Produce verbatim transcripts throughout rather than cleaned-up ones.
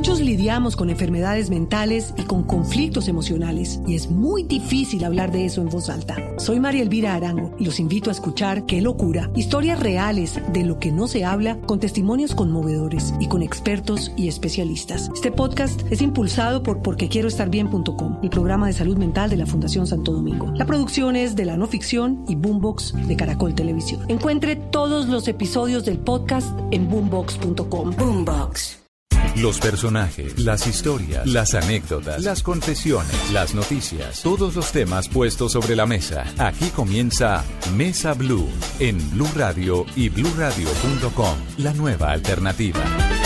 Muchos lidiamos con enfermedades mentales y con conflictos emocionales, y es muy difícil hablar de eso en voz alta. Soy María Elvira Arango y los invito a escuchar Qué Locura, historias reales de lo que no se habla, con testimonios conmovedores y con expertos y especialistas. Este podcast es impulsado por porque quiero estar bien punto com, el programa de salud mental de la Fundación Santo Domingo. La producción es de La No Ficción y Boombox de Caracol Televisión. Encuentre todos los episodios del podcast en boombox punto com. Boombox. Los personajes, las historias, las anécdotas, las confesiones, las noticias, todos los temas puestos sobre la mesa. Aquí comienza Mesa Blue en Blue Radio y blue radio punto com, la nueva alternativa.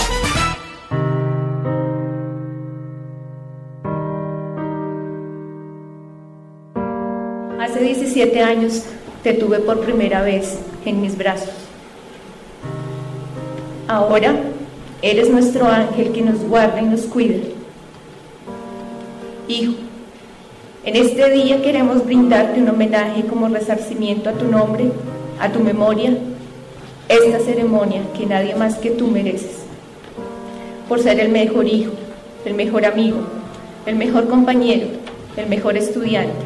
Hace diecisiete años te tuve por primera vez en mis brazos. Ahora eres nuestro ángel que nos guarda y nos cuida. Hijo, en este día queremos brindarte un homenaje como resarcimiento a tu nombre, a tu memoria, esta ceremonia que nadie más que tú mereces, por ser el mejor hijo, el mejor amigo, el mejor compañero, el mejor estudiante.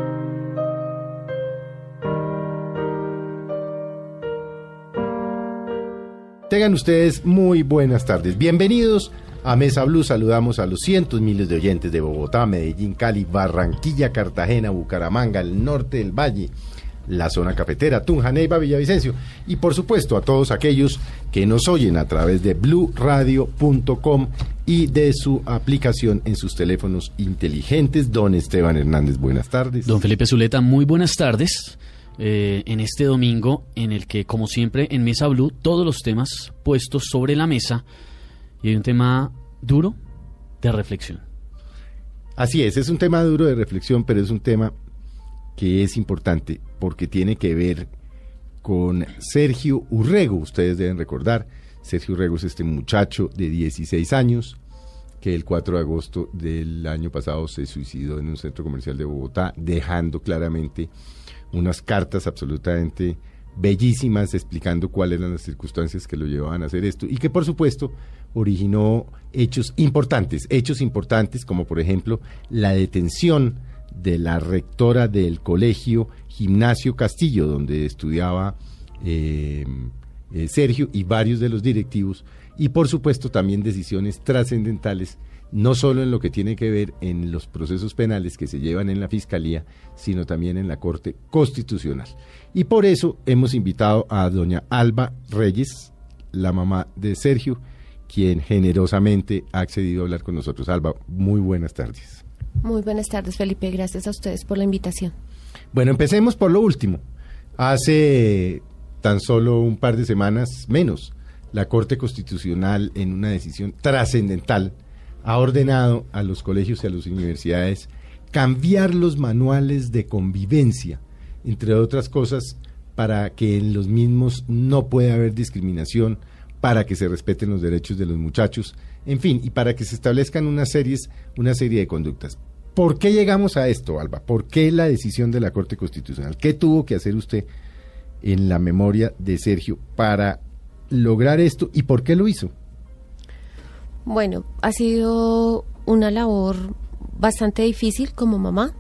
Tengan ustedes muy buenas tardes. Bienvenidos a Mesa Blue. Saludamos a los cientos miles de oyentes de Bogotá, Medellín, Cali, Barranquilla, Cartagena, Bucaramanga, el norte del Valle, la zona cafetera, Tunja, Neiva, Villavicencio. Y por supuesto a todos aquellos que nos oyen a través de blue radio punto com y de su aplicación en sus teléfonos inteligentes. Don Esteban Hernández, buenas tardes. Don Felipe Zuleta, muy buenas tardes. Eh, en este domingo en el que, como siempre, en Mesa Blue, todos los temas puestos sobre la mesa, y hay un tema duro de reflexión. Así es, es un tema duro de reflexión, pero es un tema que es importante porque tiene que ver con Sergio Urrego. Ustedes deben recordar, Sergio Urrego es este muchacho de dieciséis años que el cuatro de agosto del año pasado se suicidó en un centro comercial de Bogotá, dejando claramente unas cartas absolutamente bellísimas explicando cuáles eran las circunstancias que lo llevaban a hacer esto, y que por supuesto originó hechos importantes, hechos importantes como por ejemplo la detención de la rectora del colegio Gimnasio Castillo, donde estudiaba eh, eh, Sergio, y varios de los directivos, y por supuesto también decisiones trascendentales, no solo en lo que tiene que ver en los procesos penales que se llevan en la Fiscalía, sino también en la Corte Constitucional. Y por eso hemos invitado a doña Alba Reyes, la mamá de Sergio, quien generosamente ha accedido a hablar con nosotros. Alba, muy buenas tardes. Muy buenas tardes, Felipe. Gracias a ustedes por la invitación. Bueno, empecemos por lo último. Hace tan solo un par de semanas, menos, la Corte Constitucional, en una decisión trascendental, ha ordenado a los colegios y a las universidades cambiar los manuales de convivencia, entre otras cosas, para que en los mismos no pueda haber discriminación, para que se respeten los derechos de los muchachos, en fin, y para que se establezcan una series, una serie de conductas. ¿Por qué llegamos a esto, Alba? ¿Por qué la decisión de la Corte Constitucional? ¿Qué tuvo que hacer usted en la memoria de Sergio para lograr esto, y por qué lo hizo? Bueno, ha sido una labor bastante difícil como mamá.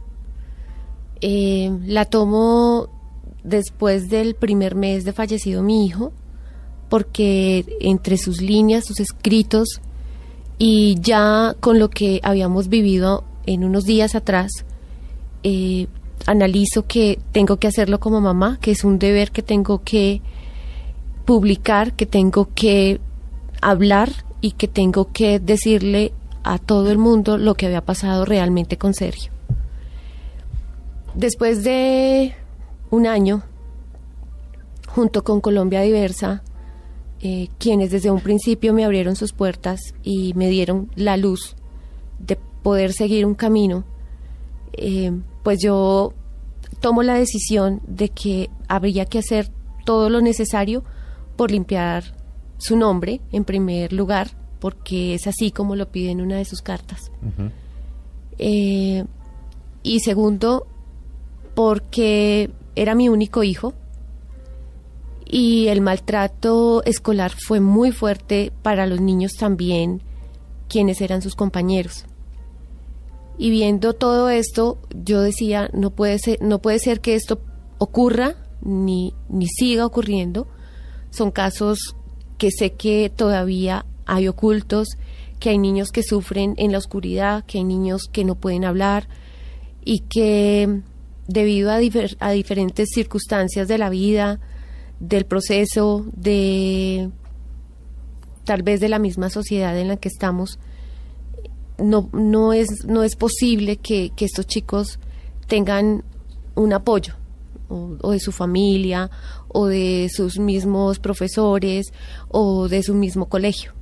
Eh, la tomo después del primer mes de fallecido mi hijo, porque entre sus líneas, sus escritos, y ya con lo que habíamos vivido en unos días atrás, eh, analizo que tengo que hacerlo como mamá, que es un deber que tengo que publicar, que tengo que hablar y que tengo que decirle a todo el mundo lo que había pasado realmente con Sergio. Después de un año, junto con Colombia Diversa, eh, quienes desde un principio me abrieron sus puertas y me dieron la luz de poder seguir un camino, eh, pues yo tomo la decisión de que habría que hacer todo lo necesario por limpiar su nombre, en primer lugar, porque es así como lo pide en una de sus cartas. Uh-huh. Eh, y segundo, porque era mi único hijo y el maltrato escolar fue muy fuerte para los niños también quiénes eran sus compañeros. Y viendo todo esto, yo decía, no puede ser, no puede ser que esto ocurra ni, ni siga ocurriendo. Son casos que sé que todavía hay ocultos, que hay niños que sufren en la oscuridad, que hay niños que no pueden hablar y que debido a, difer- a diferentes circunstancias de la vida, del proceso, de tal vez de la misma sociedad en la que estamos, no, no es, no es posible que, que estos chicos tengan un apoyo, o, o de su familia, o de sus mismos profesores, o de su mismo colegio.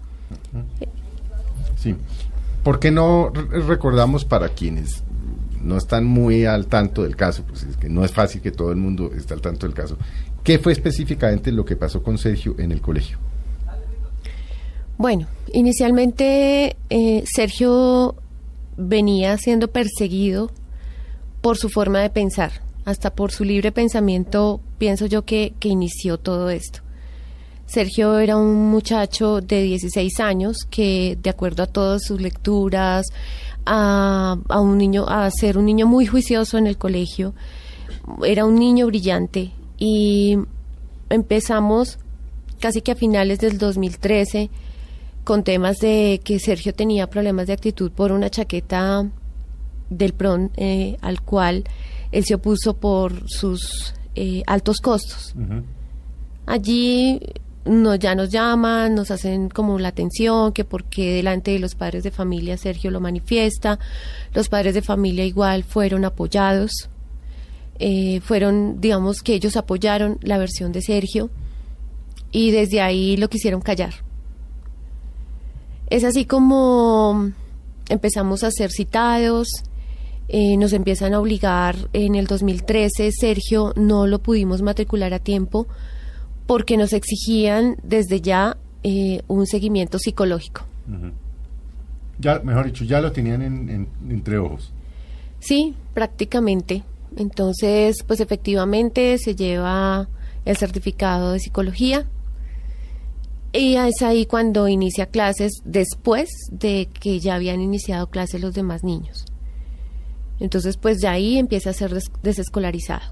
Sí. ¿Por qué no re- recordamos para quienes no están muy al tanto del caso? Pues es que no es fácil que todo el mundo esté al tanto del caso. ¿Qué fue específicamente lo que pasó con Sergio en el colegio? Bueno, inicialmente eh, Sergio venía siendo perseguido por su forma de pensar, hasta por su libre pensamiento, pienso yo que, que inició todo esto. Sergio era un muchacho de dieciséis años que, de acuerdo a todas sus lecturas, a, a un niño, a ser un niño muy juicioso en el colegio, era un niño brillante, y empezamos casi que a finales del dos mil trece con temas de que Sergio tenía problemas de actitud por una chaqueta del P R O N eh, al cual él se opuso por sus eh, altos costos. Uh-huh. Allí no, ya nos llaman, nos hacen como la atención, que porque delante de los padres de familia Sergio lo manifiesta. Los padres de familia igual fueron apoyados, eh, fueron, digamos que ellos apoyaron la versión de Sergio y desde ahí lo quisieron callar. Es así como empezamos a ser citados, eh, nos empiezan a obligar. En el dos mil trece Sergio no lo pudimos matricular a tiempo porque nos exigían desde ya eh, un seguimiento psicológico. Uh-huh. Ya, mejor dicho, ya lo tenían en, en, entre ojos. Sí, prácticamente. Entonces, pues efectivamente se lleva el certificado de psicología. Y es ahí cuando inicia clases, después de que ya habían iniciado clases los demás niños. Entonces, pues ya ahí empieza a ser des- desescolarizado.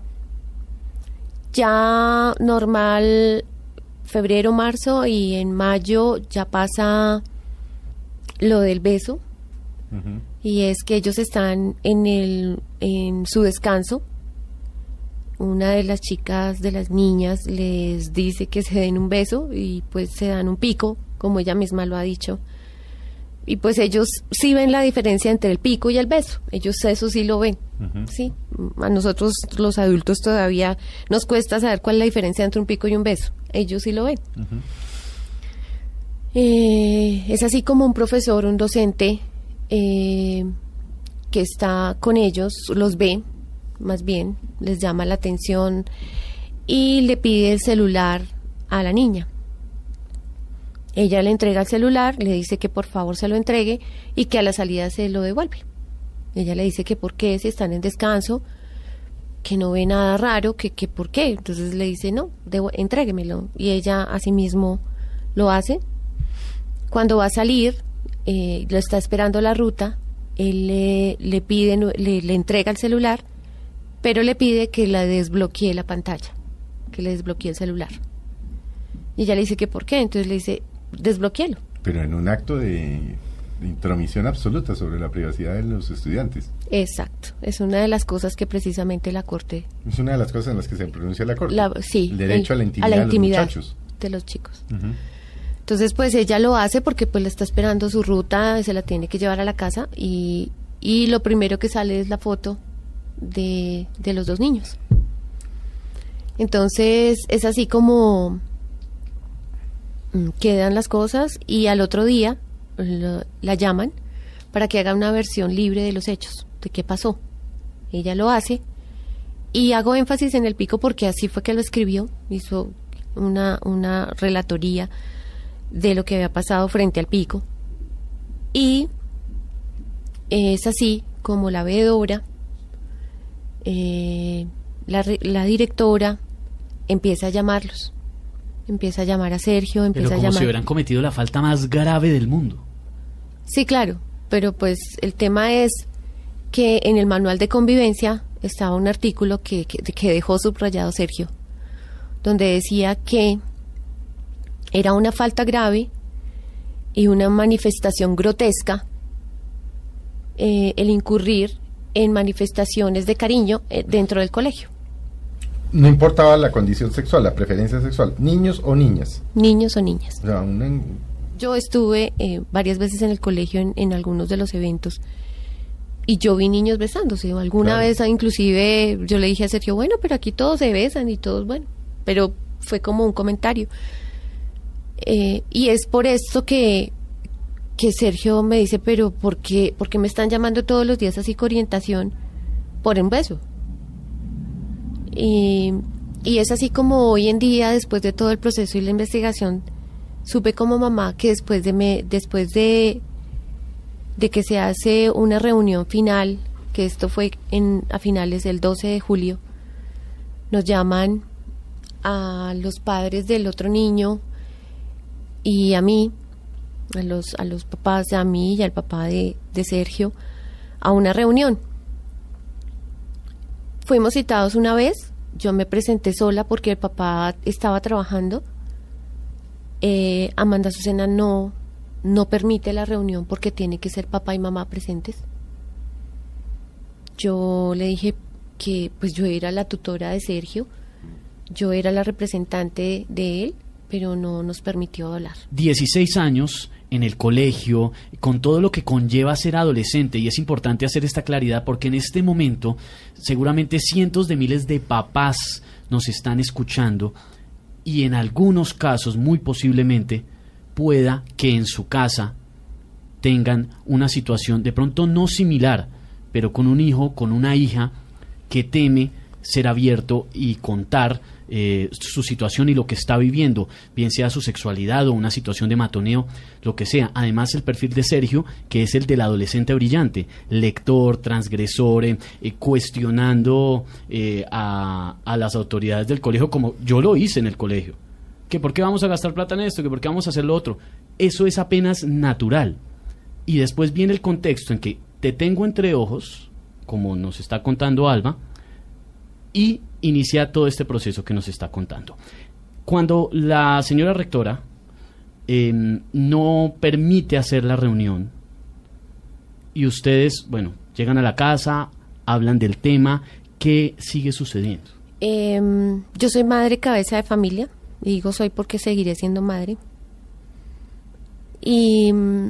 Ya normal, febrero, marzo, y en mayo ya pasa lo del beso. Uh-huh. Y es que ellos están en el en su descanso. Una de las chicas, de las niñas, les dice que se den un beso y pues se dan un pico, como ella misma lo ha dicho. Y pues ellos sí ven la diferencia entre el pico y el beso. Ellos eso sí lo ven. Uh-huh. Sí. A nosotros los adultos todavía nos cuesta saber cuál es la diferencia entre un pico y un beso. Ellos sí lo ven. Uh-huh. Eh, es así como un profesor, un docente eh, que está con ellos, los ve, más bien, les llama la atención y le pide el celular a la niña. Ella le entrega el celular, le dice que por favor se lo entregue y que a la salida se lo devuelve. Ella le dice que por qué, si están en descanso, que no ve nada raro, que, que por qué. Entonces le dice, no, debo, entréguemelo. Y ella asimismo lo hace. Cuando va a salir, eh, lo está esperando la ruta, él le, le pide, le, le entrega el celular, pero le pide que la desbloquee la pantalla, que le desbloquee el celular. Y ella le dice que por qué, entonces le dice, desbloquéelo. Pero en un acto de, de intromisión absoluta sobre la privacidad de los estudiantes. Exacto, es una de las cosas que precisamente la Corte... Es una de las cosas en las que se pronuncia la Corte. La, sí. El derecho el, a la intimidad, a la intimidad de los muchachos. De los chicos. Uh-huh. Entonces, pues ella lo hace porque pues le está esperando su ruta, se la tiene que llevar a la casa y, y lo primero que sale es la foto de, de los dos niños. Entonces, es así como quedan las cosas y al otro día lo, la llaman para que haga una versión libre de los hechos, de qué pasó. Ella lo hace y hago énfasis en el pico porque así fue que lo escribió, hizo una, una relatoría de lo que había pasado frente al pico y es así como la veedora, eh, la, la directora empieza a llamarlos. Empieza a llamar a Sergio, empieza Pero como a llamar... si hubieran cometido la falta más grave del mundo. Sí, claro, pero pues el tema es que en el manual de convivencia estaba un artículo que, que, que dejó subrayado Sergio, donde decía que era una falta grave y una manifestación grotesca eh, el incurrir en manifestaciones de cariño eh, dentro del colegio. No importaba la condición sexual, la preferencia sexual, niños o niñas. Niños o niñas. O sea, una... Yo estuve eh, varias veces en el colegio en, en algunos de los eventos y yo vi niños besándose. Alguna Claro. vez inclusive yo le dije a Sergio, bueno, pero aquí todos se besan y todos, bueno, pero fue como un comentario. Eh, y es por esto que, que Sergio me dice, pero ¿por qué, por qué me están llamando todos los días a psicoorientación por un beso? Y, y es así como hoy en día, después de todo el proceso y la investigación, supe como mamá que después de me, después de, de que se hace una reunión final, que esto fue en, a finales del doce de julio, nos llaman a los padres del otro niño y a mí, a los, a los papás, a mí y al papá de, de Sergio, a una reunión. Fuimos citados una vez, yo me presenté sola porque el papá estaba trabajando. Eh, Amanda Azucena no, no permite la reunión porque tiene que ser papá y mamá presentes. Yo le dije que pues yo era la tutora de Sergio, yo era la representante de él, pero no nos permitió hablar. dieciséis años en el colegio, con todo lo que conlleva ser adolescente, y es importante hacer esta claridad porque en este momento seguramente cientos de miles de papás nos están escuchando y en algunos casos muy posiblemente pueda que en su casa tengan una situación de pronto no similar, pero con un hijo, con una hija que teme ser abierto y contar eh, su situación y lo que está viviendo, bien sea su sexualidad o una situación de matoneo, lo que sea. Además, el perfil de Sergio, que es el del adolescente brillante, lector, transgresor, eh, eh, cuestionando eh, a, a las autoridades del colegio, como yo lo hice en el colegio. Que por qué vamos a gastar plata en esto, que por qué vamos a hacer lo otro. Eso es apenas natural. Y después viene el contexto en que te tengo entre ojos, como nos está contando Alba, y inicia todo este proceso que nos está contando. Cuando la señora rectora eh, no permite hacer la reunión y ustedes, bueno, llegan a la casa, hablan del tema, ¿qué sigue sucediendo? Eh, yo soy madre cabeza de familia, y digo soy porque seguiré siendo madre. Y mm,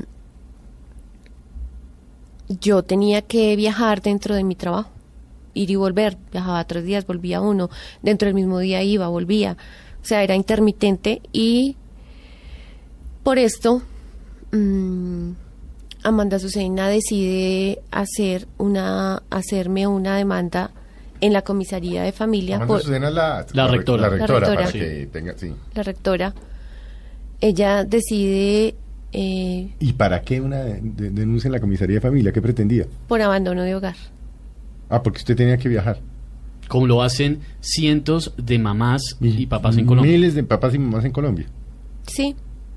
yo tenía que viajar dentro de mi trabajo. Ir y volver, viajaba tres días, volvía uno, dentro del mismo día iba, volvía, o sea, era intermitente y por esto mmm, Amanda Azucena decide hacer una, hacerme una demanda en la comisaría de familia. Amanda por, Azucena es la, la rectora. La rectora, La rectora. para Sí. que tenga, sí. La rectora, ella decide eh, ¿Y para qué una de- de- denuncia en la comisaría de familia? ¿Qué pretendía? por abandono de hogar. Ah, porque usted tenía que viajar. Como lo hacen cientos de mamás y papás en Colombia. Miles de papás y mamás en Colombia. Sí.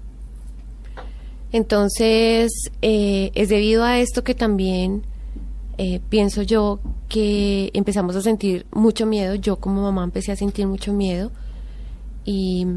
Entonces, eh, es debido a esto que también eh, pienso yo que empezamos a sentir mucho miedo. Yo como mamá empecé a sentir mucho miedo. Y,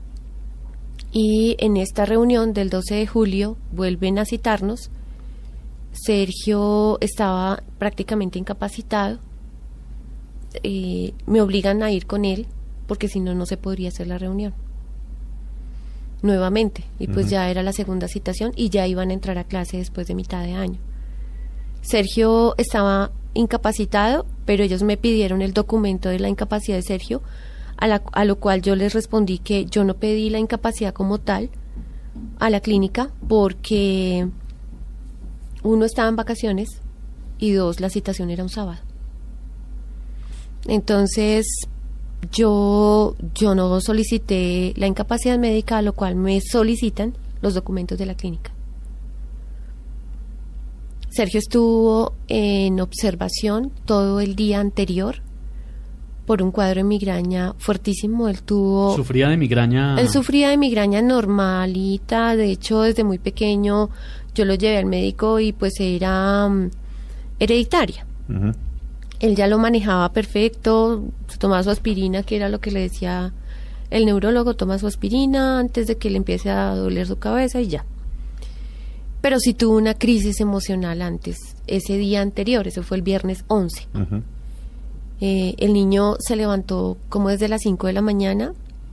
y en esta reunión del doce de julio vuelven a citarnos. Sergio estaba prácticamente incapacitado. Eh, me obligan a ir con él porque si no, no se podría hacer la reunión nuevamente. Y pues Ujú. ya era la segunda citación y ya iban a entrar a clase después de mitad de año. Sergio estaba incapacitado, pero ellos me pidieron el documento de la incapacidad de Sergio, a, la, a lo cual yo les respondí que yo no pedí la incapacidad como tal a la clínica porque uno, estaba en vacaciones y dos, la citación era un sábado. Entonces yo, yo no solicité la incapacidad médica, a lo cual me solicitan los documentos de la clínica. Sergio estuvo en observación todo el día anterior por un cuadro de migraña fuertísimo. Él tuvo... ¿Sufría de migraña? Él sufría de migraña normalita, de hecho desde muy pequeño yo lo llevé al médico y pues era um, hereditaria. Ujú. Él ya lo manejaba perfecto, se tomaba su aspirina, que era lo que le decía el neurólogo, toma su aspirina antes de que le empiece a doler su cabeza y ya. Pero sí tuvo una crisis emocional antes, ese día anterior, eso fue el viernes once. Ujú. Eh, el niño se levantó como desde las cinco de la mañana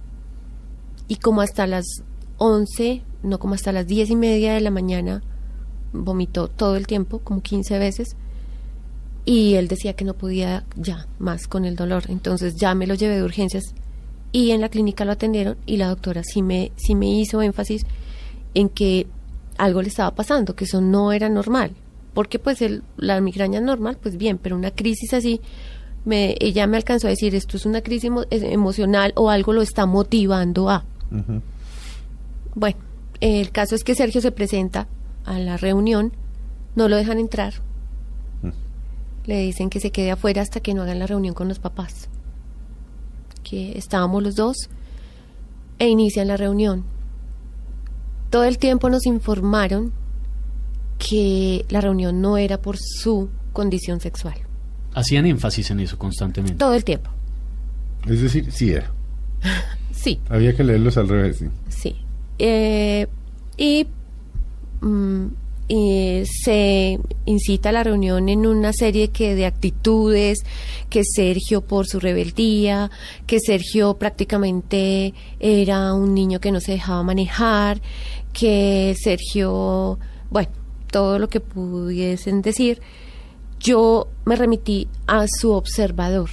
y como hasta las once, no, como hasta las diez y media de la mañana vomitó todo el tiempo, como quince veces, y él decía que no podía ya más con el dolor. Entonces ya me lo llevé de urgencias y en la clínica lo atendieron y la doctora sí me, sí me hizo énfasis en que algo le estaba pasando, que eso no era normal, porque pues el, la migraña normal, pues bien, pero una crisis así, me, ella me alcanzó a decir, esto es una crisis emo- emocional o algo lo está motivando a... Ujú. Bueno, el caso es que Sergio se presenta a la reunión, no lo dejan entrar, Mm. le dicen que se quede afuera hasta que no hagan la reunión con los papás, que estábamos los dos, e inician la reunión. Todo el tiempo nos informaron que la reunión no era por su condición sexual, Hacían énfasis en eso constantemente. todo el tiempo, Es decir, sí era. sí. Había que leerlos al revés. Sí. Sí. Eh, y, mm, y se incita a la reunión en una serie que de actitudes, que Sergio por su rebeldía, que Sergio prácticamente era un niño que no se dejaba manejar, que Sergio, bueno, todo lo que pudiesen decir. Yo me remití a su observador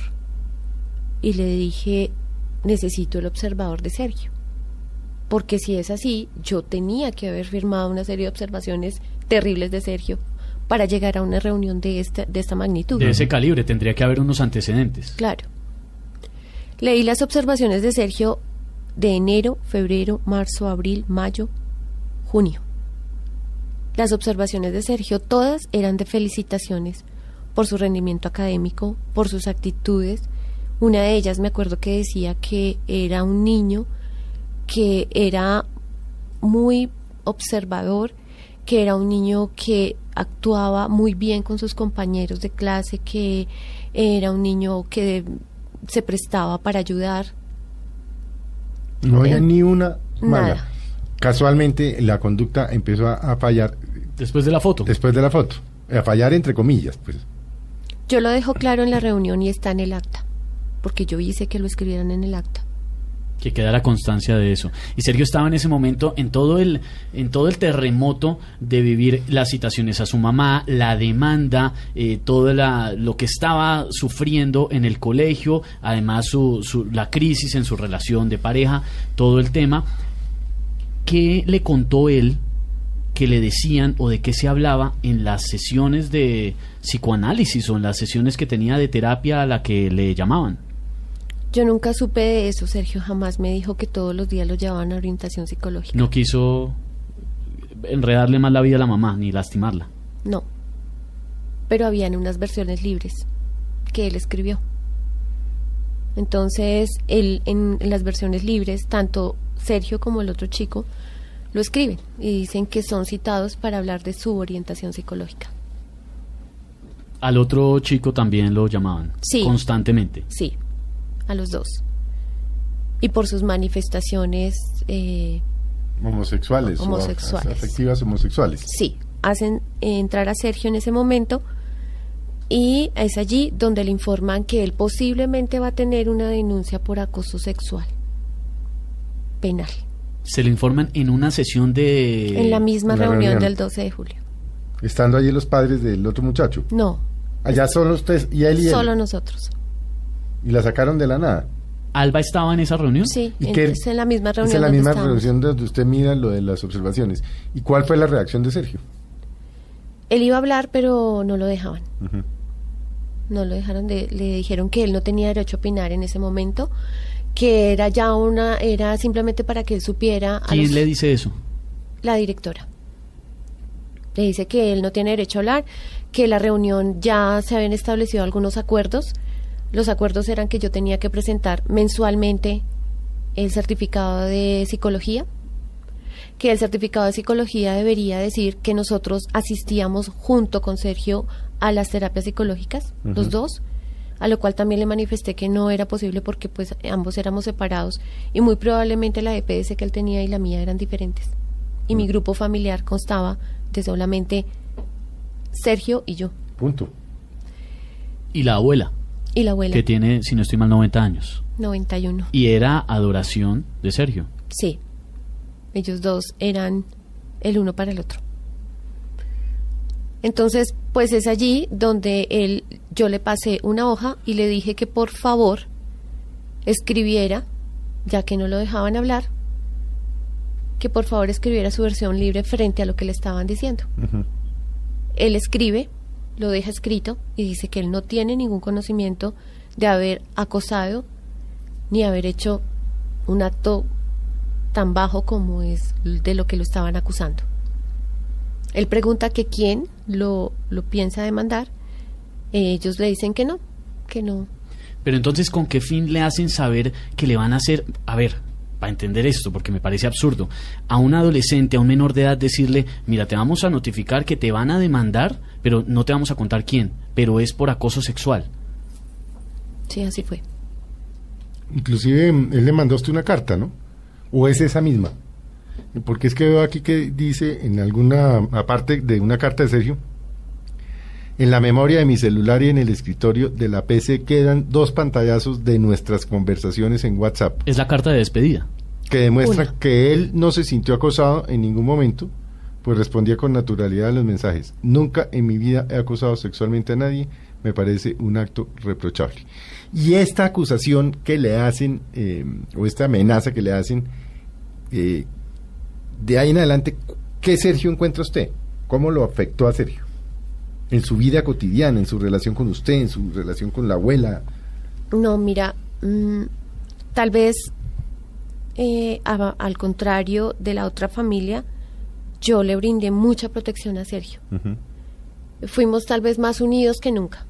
y le dije, necesito el observador de Sergio. Porque si es así, yo tenía que haber firmado una serie de observaciones terribles de Sergio para llegar a una reunión de esta, de esta magnitud. De ese calibre tendría que haber unos antecedentes. Claro. Leí las observaciones de Sergio de enero, febrero, marzo, abril, mayo, junio. Las observaciones de Sergio todas eran de felicitaciones por su rendimiento académico, por sus actitudes. Una de ellas me acuerdo que decía que era un niño que era muy observador, que era un niño que actuaba muy bien con sus compañeros de clase, que era un niño que se prestaba para ayudar. No había Eh, ni una mala. nada. Casualmente la conducta empezó a, a fallar Después de la foto. después de la foto. A fallar entre comillas, pues. Yo lo dejo claro en la reunión y está en el acta, porque yo hice que lo escribieran en el acta. Que quedara constancia de eso. Y Sergio estaba en ese momento en todo el en todo el terremoto de vivir las citaciones a su mamá, la demanda, eh, todo la, lo que estaba sufriendo en el colegio, además su, su, la crisis en su relación de pareja, todo el tema. ¿Qué le contó él que le decían o de qué se hablaba en las sesiones de psicoanálisis o en las sesiones que tenía de terapia a la que le llamaban? Yo nunca supe de eso, Sergio jamás me dijo que todos los días lo llevaban a orientación psicológica. No quiso enredarle más la vida a la mamá ni lastimarla. No, pero habían unas versiones libres que él escribió. Entonces, él en, en las versiones libres, tanto Sergio como el otro chico lo escriben y dicen que son citados para hablar de su orientación psicológica. Al otro chico también lo llamaban Sí. constantemente. Sí, a los dos. Y por sus manifestaciones, eh, Homosexuales. o Homosexuales. afectivas homosexuales. sí, hacen entrar a Sergio en ese momento y es allí donde le informan que él posiblemente va a tener una denuncia por acoso sexual penal. Se le informan en una sesión de... en la misma la reunión, reunión. del doce de julio. Estando allí los padres del otro muchacho. No, Allá solo ustedes y él y él. solo nosotros. Y la sacaron de la nada. ¿Alba estaba en esa reunión? Sí, ¿Y en, qué- es en la misma Es reunión. en la donde misma estábamos. reunión donde usted mira lo de las observaciones. ¿Y cuál fue la reacción de Sergio? Él iba a hablar, pero no lo dejaban. Ujú. No lo dejaron, de, le dijeron que él no tenía derecho a opinar en ese momento, que era ya una, era simplemente para que él supiera. A ¿Quién los- le dice eso? La directora. Le dice que él no tiene derecho a hablar, que la reunión ya se habían establecido algunos acuerdos los acuerdos eran que yo tenía que presentar mensualmente el certificado de psicología, que el certificado de psicología debería decir que nosotros asistíamos junto con Sergio a las terapias psicológicas, uh-huh. los dos, a lo cual también le manifesté que no era posible porque pues ambos éramos separados y muy probablemente la E P S que él tenía y la mía eran diferentes. Y uh-huh. mi grupo familiar constaba de solamente Sergio y yo. Punto. Y la abuela. Y la abuela. Que tiene, si no estoy mal, noventa años. noventa y uno. Y era adoración de Sergio. Sí. Ellos dos eran el uno para el otro. Entonces, pues es allí donde él, yo le pasé una hoja y le dije que por favor escribiera, ya que no lo dejaban hablar, que por favor escribiera su versión libre frente a lo que le estaban diciendo. Uh-huh. Él escribe, lo deja escrito y dice que él no tiene ningún conocimiento de haber acosado ni haber hecho un acto tan bajo como es de lo que lo estaban acusando. Él pregunta que quién lo, lo piensa demandar. Ellos le dicen que no, que no. Pero entonces, ¿con qué fin le hacen saber que le van a hacer, a ver, para entender esto, porque me parece absurdo, a un adolescente, a un menor de edad decirle, mira, te vamos a notificar que te van a demandar, pero no te vamos a contar quién, pero es por acoso sexual? Sí, así fue. Inclusive él le mandó a usted una carta, ¿no? ¿O es esa misma? Porque es que veo aquí que dice en alguna, aparte de una carta de Sergio, en la memoria de mi celular y en el escritorio de la P C quedan dos pantallazos de nuestras conversaciones en WhatsApp. Es la carta de despedida. Que demuestra Una. que él no se sintió acosado en ningún momento, pues respondía con naturalidad a los mensajes. Nunca en mi vida he acosado sexualmente a nadie, me parece un acto reprochable. Y esta acusación que le hacen, eh, o esta amenaza que le hacen, eh, de ahí en adelante, ¿qué Sergio encuentra usted? ¿Cómo lo afectó a Sergio? En su vida cotidiana, en su relación con usted, en su relación con la abuela. No, mira, mmm, tal vez eh, a, al contrario de la otra familia, yo le brindé mucha protección a Sergio. Uh-huh. Fuimos tal vez más unidos que nunca.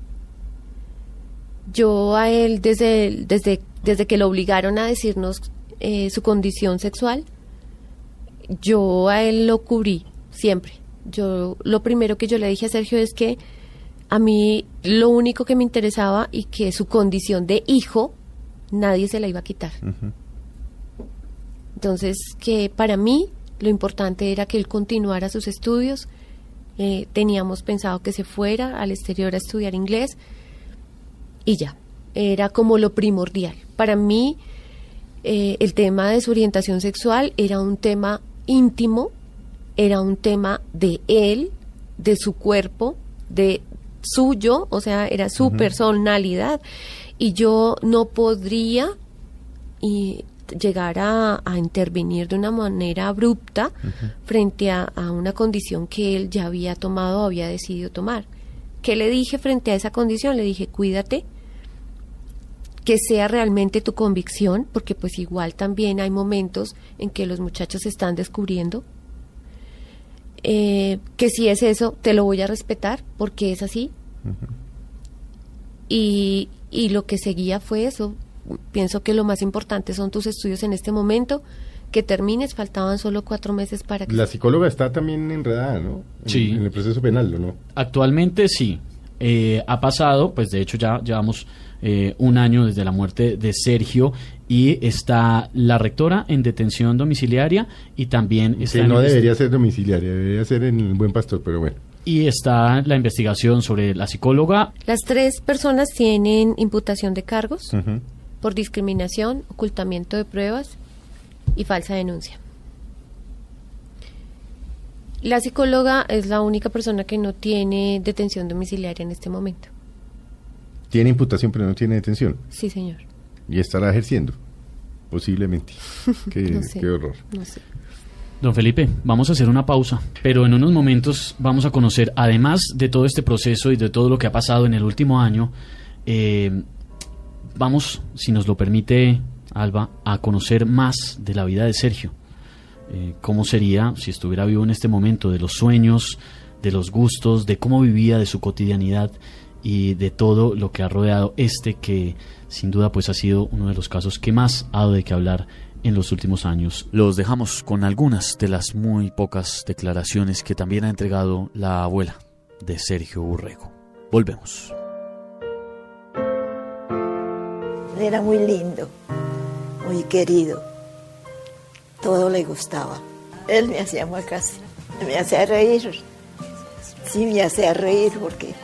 Yo a él, desde, desde, desde que lo obligaron a decirnos eh, su condición sexual, yo a él lo cubrí siempre. Yo lo primero que yo le dije a Sergio es que a mí lo único que me interesaba y que su condición de hijo nadie se la iba a quitar. Uh-huh. Entonces, que para mí lo importante era que él continuara sus estudios. Eh, teníamos pensado que se fuera al exterior a estudiar inglés y ya, era como lo primordial. Para mí eh, el tema de su orientación sexual era un tema íntimo, era un tema de él, de su cuerpo, de suyo, o sea, era su uh-huh. personalidad, y yo no podría y llegar a, a intervenir de una manera abrupta uh-huh. frente a, a una condición que él ya había tomado o había decidido tomar. ¿Qué le dije frente a esa condición? Le dije, cuídate, que sea realmente tu convicción, porque pues igual también hay momentos en que los muchachos se están descubriendo. Eh, que si es eso, te lo voy a respetar, porque es así. Uh-huh. Y, y lo que seguía fue eso. Pienso que lo más importante son tus estudios en este momento, que termines, faltaban solo cuatro meses para que... La psicóloga está también enredada, ¿no? En, sí. En el proceso penal, ¿no? Actualmente sí. Eh, ha pasado, pues de hecho ya llevamos eh, un año desde la muerte de Sergio, y está la rectora en detención domiciliaria, y también está... Que no debería ser domiciliaria, debería ser en el Buen Pastor, pero bueno. Y está la investigación sobre la psicóloga. Las tres personas tienen imputación de cargos Uh-huh. por discriminación, ocultamiento de pruebas y falsa denuncia. La psicóloga es la única persona que no tiene detención domiciliaria en este momento. Tiene imputación, pero no tiene detención. Sí, señor. Y estará ejerciendo, posiblemente. Qué, no sé, qué horror. No sé. Don Felipe, vamos a hacer una pausa, pero en unos momentos vamos a conocer, además de todo este proceso y de todo lo que ha pasado en el último año, eh, vamos, si nos lo permite, Alba, a conocer más de la vida de Sergio. Eh, cómo sería si estuviera vivo en este momento, de los sueños, de los gustos, de cómo vivía, de su cotidianidad. y de todo lo que ha rodeado este, que sin duda pues ha sido uno de los casos que más ha dado de qué hablar en los últimos años. Los dejamos con algunas de las muy pocas declaraciones que también ha entregado la abuela de Sergio Urrego. Volvemos. Era muy lindo, muy querido, todo le gustaba. Él me hacía muecas, me hacía reír, sí me hacía reír porque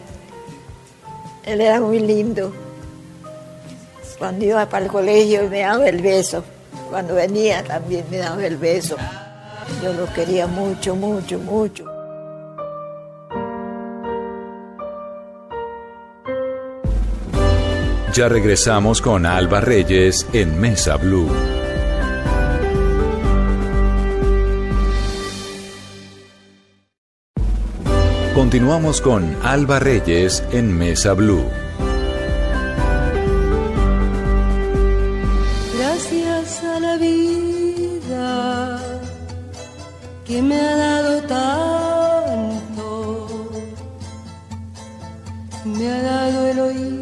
él era muy lindo. Cuando iba para el colegio me daba el beso, cuando venía también me daba el beso. Yo lo quería mucho, mucho, mucho. Ya regresamos con Alba Reyes en Mesa Blue. Continuamos con Alba Reyes en Mesa Blue. Gracias a la vida que me ha dado tanto, me ha dado el oído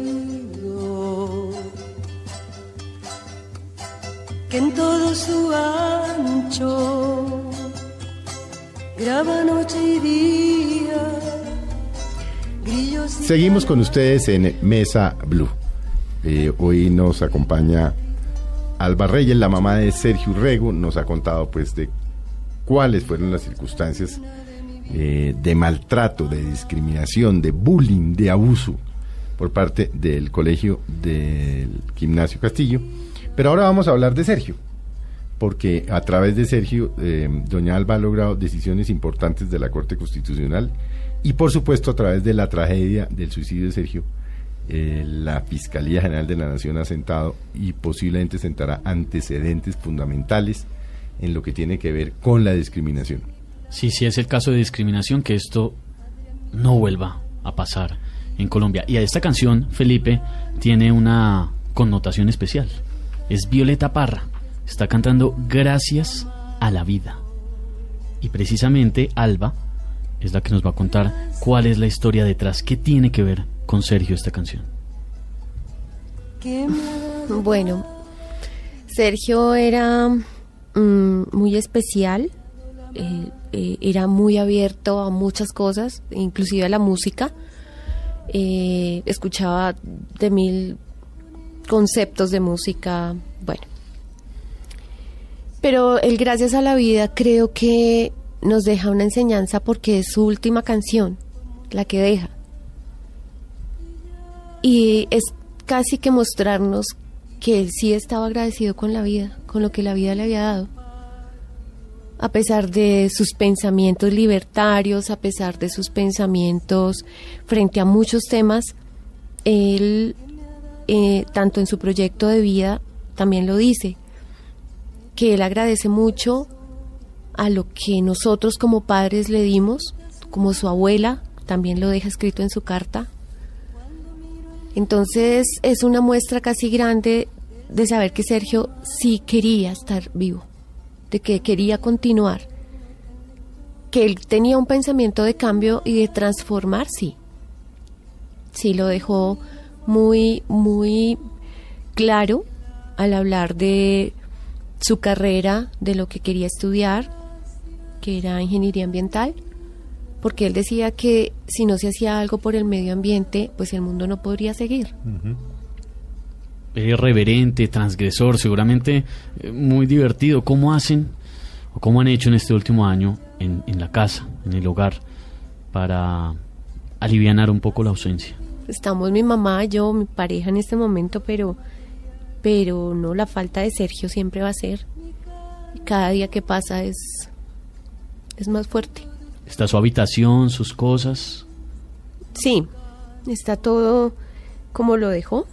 que en todo su ancho graba noche y día. Grillos y Seguimos con ustedes en Mesa Blue. Eh, hoy nos acompaña Alba Reyes, la mamá de Sergio Urrego. Nos ha contado pues de cuáles fueron las circunstancias eh, de maltrato, de discriminación, de bullying, de abuso por parte del colegio del Gimnasio Castillo. Pero ahora vamos a hablar de Sergio, porque a través de Sergio, eh, doña Alba ha logrado decisiones importantes de la Corte Constitucional y por supuesto a través de la tragedia del suicidio de Sergio, eh, la Fiscalía General de la Nación ha sentado y posiblemente sentará antecedentes fundamentales en lo que tiene que ver con la discriminación. Sí, sí es el caso de discriminación, que esto no vuelva a pasar en Colombia. Y a esta canción, Felipe, tiene una connotación especial. Es Violeta Parra, está cantando Gracias a la Vida. Y precisamente Alba es la que nos va a contar cuál es la historia detrás, qué tiene que ver con Sergio esta canción. Bueno, Sergio era mm, muy especial, eh, eh, era muy abierto a muchas cosas, inclusive a la música. Eh, escuchaba de mil conceptos de música, bueno. Pero el Gracias a la Vida creo que nos deja una enseñanza porque es su última canción, la que deja. Y es casi que mostrarnos que él sí estaba agradecido con la vida, con lo que la vida le había dado. A pesar de sus pensamientos libertarios, a pesar de sus pensamientos frente a muchos temas, él, eh, tanto en su proyecto de vida, también lo dice, que él agradece mucho a lo que nosotros como padres le dimos, como su abuela, también lo deja escrito en su carta. Entonces es una muestra casi grande de saber que Sergio sí quería estar vivo, de que quería continuar, que él tenía un pensamiento de cambio y de transformar, sí. Sí, lo dejó muy, muy claro al hablar de su carrera, de lo que quería estudiar, que era ingeniería ambiental, porque él decía que si no se hacía algo por el medio ambiente, pues el mundo no podría seguir. Uh-huh. Irreverente, transgresor, seguramente eh, muy divertido. ¿Cómo hacen o cómo han hecho en este último año en, en la casa, en el hogar, para alivianar un poco la ausencia? Estamos mi mamá, yo, mi pareja en este momento, pero, pero no, la falta de Sergio siempre va a ser. Cada día que pasa es, es más fuerte. ¿Está su habitación, sus cosas? Sí, está todo como lo dejó.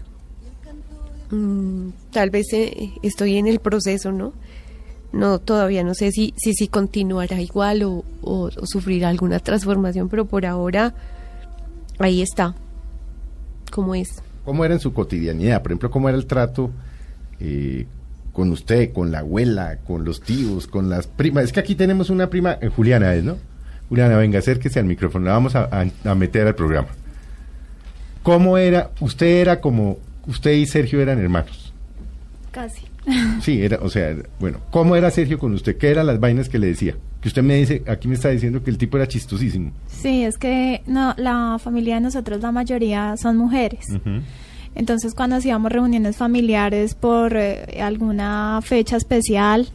Mm, tal vez eh, estoy en el proceso, ¿no? No, todavía no sé si si, si continuará igual o, o, o sufrirá alguna transformación, pero por ahora ahí está, como es. ¿Cómo era en su cotidianidad? Por ejemplo, ¿cómo era el trato eh, con usted, con la abuela, con los tíos, con las primas? Es que aquí tenemos una prima, eh, Juliana, ¿no? Juliana, venga, acérquese al micrófono, la vamos a, a, a meter al programa. ¿cómo era? Usted era como, usted y Sergio eran hermanos. Casi. Sí, era, o sea, bueno, ¿cómo era Sergio con usted? ¿Qué eran las vainas que le decía? Que usted me dice, aquí me está diciendo que el tipo era chistosísimo. Sí, es que no, la familia de nosotros, la mayoría son mujeres. Uh-huh. Entonces, cuando hacíamos reuniones familiares por eh, alguna fecha especial,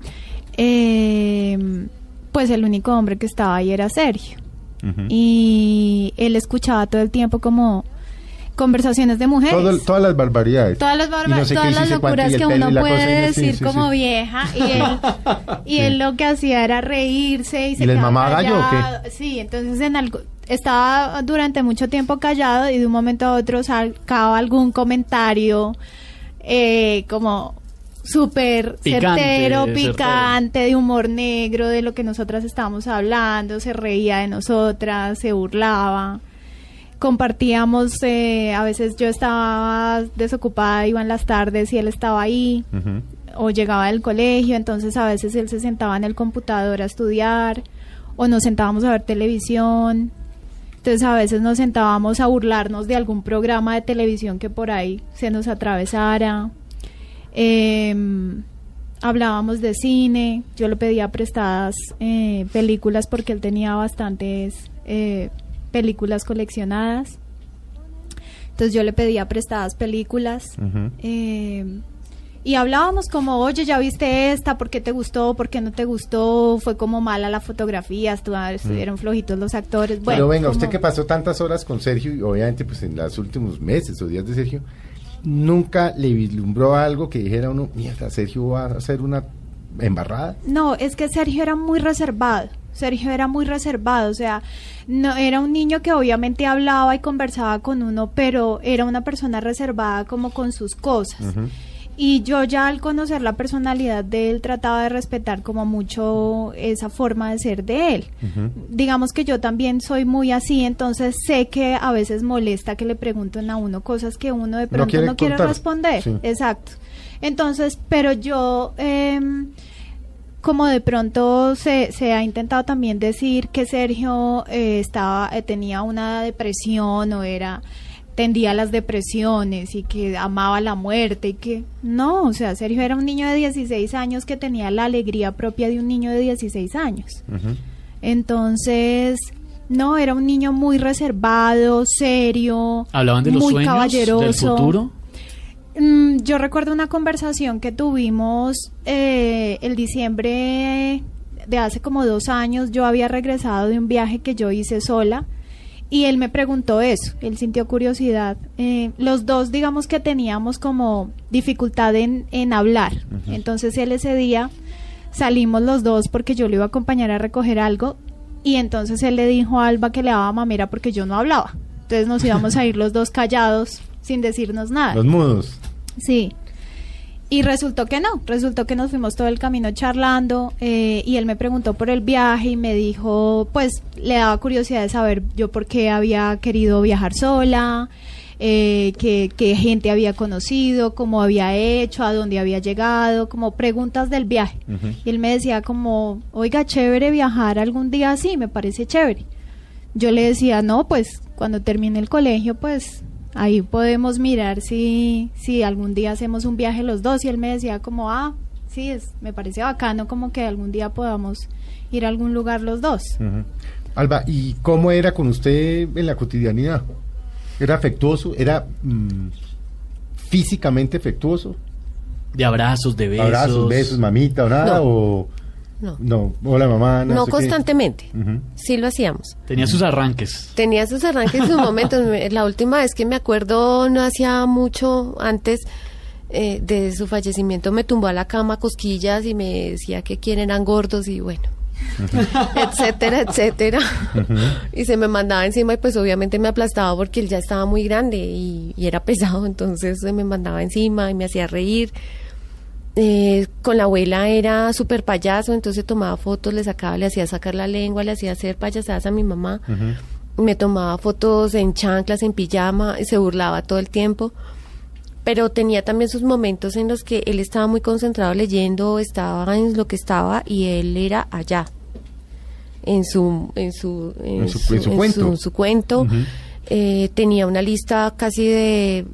eh, pues el único hombre que estaba ahí era Sergio. Uh-huh. Y él escuchaba todo el tiempo como conversaciones de mujeres. Todo, todas las barbaridades. Todas las, barba no sé todas las locuras que uno puede decir sí, sí, como sí. vieja. Y él, y sí. él lo que hacía era reírse y se ¿Y les mamaba gallo o qué? Sí, entonces en algo, estaba durante mucho tiempo callado y de un momento a otro sacaba algún comentario eh, como súper certero, picante, certero. De humor negro, de lo que nosotras estábamos hablando, se reía de nosotras, se burlaba. Compartíamos, eh, a veces yo estaba desocupada, iba en las tardes y él estaba ahí, uh-huh. o llegaba del colegio, entonces a veces él se sentaba en el computador a estudiar, o nos sentábamos a ver televisión, entonces a veces nos sentábamos a burlarnos de algún programa de televisión que por ahí se nos atravesara, eh, hablábamos de cine, yo le pedía prestadas eh, películas porque él tenía bastantes... Eh, películas coleccionadas, entonces yo le pedía prestadas películas, uh-huh. eh, y hablábamos como, oye, ya viste esta, ¿por qué te gustó? ¿Por qué no te gustó? Fue como mala la fotografía, estuvieron uh-huh. flojitos los actores. Bueno, pero venga, como... usted que pasó tantas horas con Sergio, y obviamente pues en los últimos meses o días de Sergio, ¿nunca le vislumbró algo que dijera uno, mierda, Sergio va a hacer una embarrada? No, es que Sergio era muy reservado. Sergio era muy reservado, o sea, no era un niño que obviamente hablaba y conversaba con uno, pero era una persona reservada como con sus cosas. Uh-huh. Y yo ya al conocer la personalidad de él trataba de respetar como mucho esa forma de ser de él. Uh-huh. Digamos que yo también soy muy así, entonces sé que a veces molesta que le pregunten a uno cosas que uno de pronto no quiere, no quiere responder. Sí. Exacto. Entonces, pero yo... Eh, como de pronto se, se ha intentado también decir que Sergio eh, estaba eh, tenía una depresión o era tendía a las depresiones y que amaba la muerte y que no, o sea, Sergio era un niño de dieciséis años que tenía la alegría propia de un niño de dieciséis años. Uh-huh. Entonces, no, era un niño muy reservado, serio, ¿hablaban de los muy sueños, caballeroso. Del futuro? Mm, yo recuerdo una conversación que tuvimos eh, el diciembre de hace como dos años. Yo había regresado de un viaje que yo hice sola y él me preguntó eso, él sintió curiosidad. Eh, los dos, digamos que teníamos como dificultad en, en hablar. Uh-huh. Entonces él ese día salimos los dos porque yo lo iba a acompañar a recoger algo y entonces él le dijo a Alba que le daba mamera porque yo no hablaba. Entonces nos íbamos a ir los dos callados sin decirnos nada. Los mudos. Sí. Y resultó que no, resultó que nos fuimos todo el camino charlando eh, y él me preguntó por el viaje y me dijo, pues le daba curiosidad de saber yo por qué había querido viajar sola, eh, qué, qué gente había conocido, cómo había hecho, a dónde había llegado, como preguntas del viaje. Uh-huh. Y él me decía como, oiga, chévere viajar algún día así, me parece chévere. Yo le decía, no, pues cuando termine el colegio, pues... ahí podemos mirar si si algún día hacemos un viaje los dos y él me decía como, ah, sí, es, me parece bacano como que algún día podamos ir a algún lugar los dos. Uh-huh. Alba, ¿y cómo era con usted en la cotidianidad? ¿Era afectuoso? ¿Era mmm, físicamente afectuoso? De abrazos, de besos. Abrazos, besos, mamita o nada, no. o... No. No, hola mamá. No, no sé constantemente, uh-huh. sí lo hacíamos. Tenía sus arranques. Tenía sus arranques en sus momentos. La última vez que me acuerdo, no hacía mucho antes eh, de su fallecimiento, me tumbó a la cama cosquillas y me decía que quién eran gordos y bueno, uh-huh. etcétera, etcétera. Uh-huh. Y se me mandaba encima y pues obviamente me aplastaba porque él ya estaba muy grande y, y era pesado, entonces se me mandaba encima y me hacía reír. Eh, con la abuela era súper payaso, entonces tomaba fotos, le sacaba, le hacía sacar la lengua, le hacía hacer payasadas a mi mamá. Uh-huh. Me tomaba fotos en chanclas, en pijama, y se burlaba todo el tiempo. Pero tenía también sus momentos en los que él estaba muy concentrado leyendo, estaba en lo que estaba y él era allá, en su en su en, en su, su, en su en cuento, su, su cuento. Uh-huh. Eh, tenía una lista casi de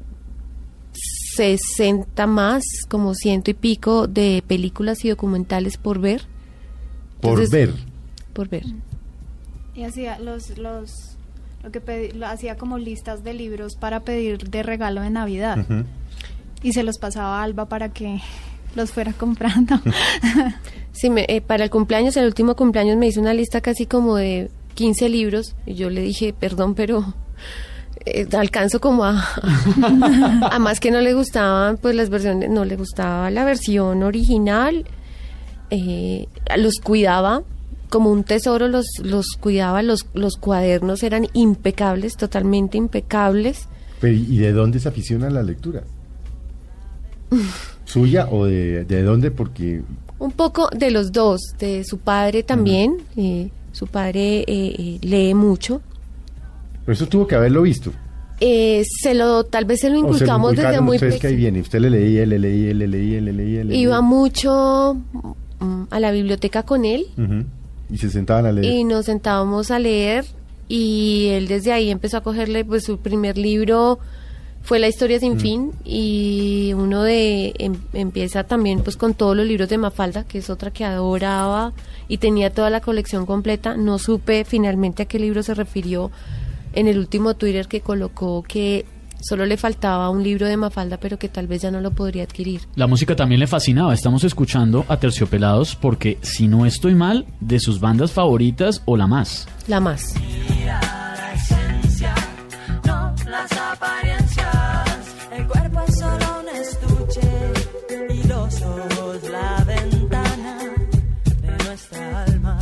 sesenta más, como ciento y pico de películas y documentales por ver. Por Entonces, ver. Por ver. Y hacía los, los, lo que pedí, lo hacía como listas de libros para pedir de regalo de Navidad. Uh-huh. Y se los pasaba a Alba para que los fuera comprando. Sí, me, eh, para el cumpleaños, el último cumpleaños me hizo una lista casi como de quince libros y yo le dije, perdón, pero eh, alcanzo como a, a más que no le gustaban, pues las versiones, no le gustaba la versión original, eh, los cuidaba como un tesoro, los, los cuidaba, los, los cuadernos eran impecables, totalmente impecables. Pero, ¿y de dónde se aficiona la lectura? ¿Suya o de, de dónde? Porque... Un poco de los dos, de su padre también, uh-huh. eh, su padre eh, eh, lee mucho. Pero eso tuvo que haberlo visto. Eh, se lo, tal vez se lo inculcamos se lo desde muy pequeño. Que ahí viene, usted le leía, le leía, le leía, le leía, le leía. Iba mucho um, a la biblioteca con él. Uh-huh. Y se sentaban a leer. Y nos sentábamos a leer y él desde ahí empezó a cogerle, pues su primer libro fue La historia sin uh-huh. fin, y uno de em, empieza también pues con todos los libros de Mafalda, que es otra que adoraba y tenía toda la colección completa. No supe finalmente a qué libro se refirió en el último Twitter que colocó que solo le faltaba un libro de Mafalda, pero que tal vez ya no lo podría adquirir. La música también le fascinaba. Estamos escuchando a Terciopelados porque, si no estoy mal, de sus bandas favoritas o la más. La más. Mira la esencia, no las apariencias. El cuerpo es solo un estuche y los ojos la ventana de nuestra alma.